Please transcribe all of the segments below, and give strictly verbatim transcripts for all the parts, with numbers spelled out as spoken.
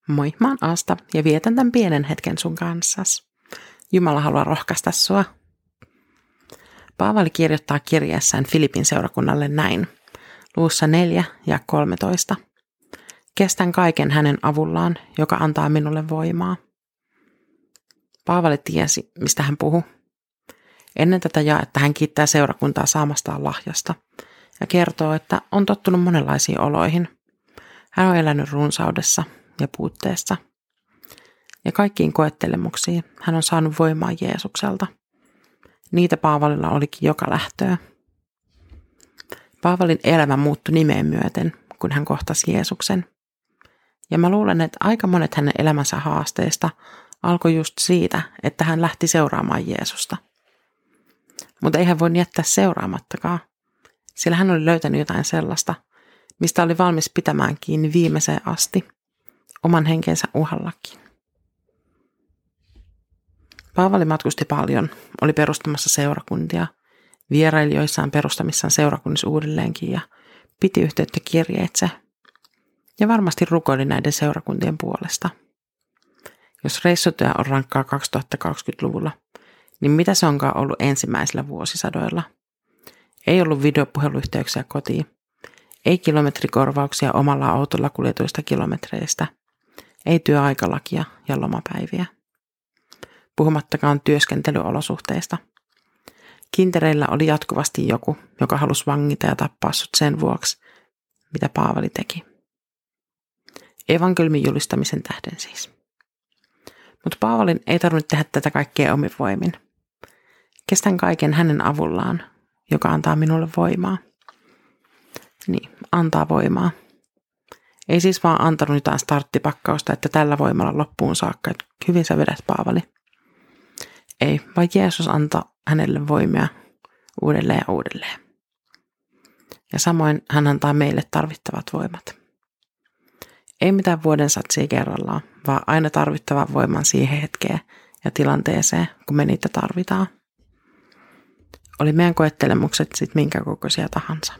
Moi, mä oon Asta ja vietän tämän pienen hetken sun kanssas. Jumala haluaa rohkaista sua. Paavali kirjoittaa kirjeessään Filipin seurakunnalle näin, luvussa neljä ja kolmetoista. Kestän kaiken hänen avullaan, joka antaa minulle voimaa. Paavali tiesi, mistä hän puhui. Ennen tätä jaetta hän kiittää seurakuntaa saamastaan lahjasta ja kertoo, että on tottunut monenlaisiin oloihin. Hän on elänyt runsaudessa ja puutteessa. Ja kaikkiin koettelemuksiin hän on saanut voimaa Jeesukselta. Niitä Paavalilla olikin joka lähtöä. Paavalin elämä muuttui nimeen myöten, kun hän kohtasi Jeesuksen. Ja mä luulen, että aika monet hänen elämänsä haasteista alkoi just siitä, että hän lähti seuraamaan Jeesusta. Mutta ei hän voi jättää seuraamattakaan, sillä hän oli löytänyt jotain sellaista, mistä oli valmis pitämään kiinni viimeiseen asti, oman henkensä uhallakin. Paavali matkusti paljon, oli perustamassa seurakuntia, vieraili joissaan perustamissaan seurakunnissa uudelleenkin ja piti yhteyttä kirjeitse. Ja varmasti rukoili näiden seurakuntien puolesta. Jos reissutyö on rankkaa kaksituhattakaksikymmentäluvulla, niin mitä se onkaan ollut ensimmäisillä vuosisadoilla? Ei ollut videopuheluyhteyksiä kotiin, ei kilometrikorvauksia omalla autolla kuljetuista kilometreistä, ei työaikalakia ja lomapäiviä. Puhumattakaan työskentelyolosuhteista. Kintereillä oli jatkuvasti joku, joka halusi vangita ja tappaa sut sen vuoksi, mitä Paavali teki. Evankeliumin julistamisen tähden siis. Mutta Paavalin ei tarvinnut tehdä tätä kaikkea omin voimin. Kestän kaiken hänen avullaan, joka antaa minulle voimaa. Niin, antaa voimaa. Ei siis vaan antanut jotain starttipakkausta, että tällä voimalla loppuun saakka, että hyvin sä vedät, Paavali. Ei, vaan Jeesus antaa hänelle voimia uudelleen ja uudelleen. Ja samoin hän antaa meille tarvittavat voimat. Ei mitään vuoden satsia kerrallaan, vaan aina tarvittavan voiman siihen hetkeen ja tilanteeseen, kun me niitä tarvitaan. Oli meidän koettelemukset sit minkä kokoisia tahansa.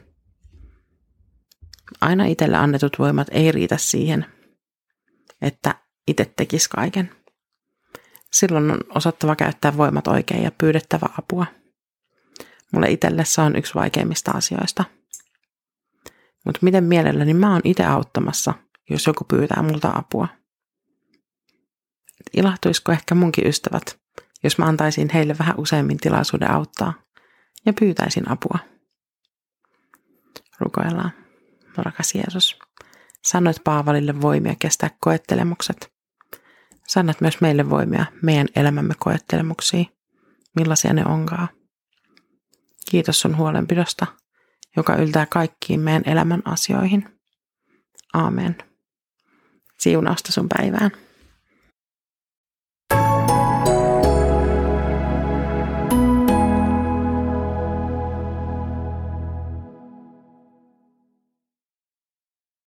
Aina itselle annetut voimat ei riitä siihen, että itse tekisi kaiken. Silloin on osattava käyttää voimat oikein ja pyydettävä apua. Mulle itselle se on yksi vaikeimmista asioista. Mutta miten mielelläni mä oon itse auttamassa, jos joku pyytää multa apua. Ilahtuisiko ehkä munkin ystävät, jos mä antaisin heille vähän useammin tilaisuuden auttaa ja pyytäisin apua. Rukoillaan. Rakas Jeesus, sanoit Paavalille voimia kestää koettelemukset. Sannat myös meille voimia meidän elämämme koettelemuksiin, millaisia ne onkaan. Kiitos sun huolenpidosta, joka yltää kaikkiin meidän elämän asioihin. Aamen. Siunausta sun päivään.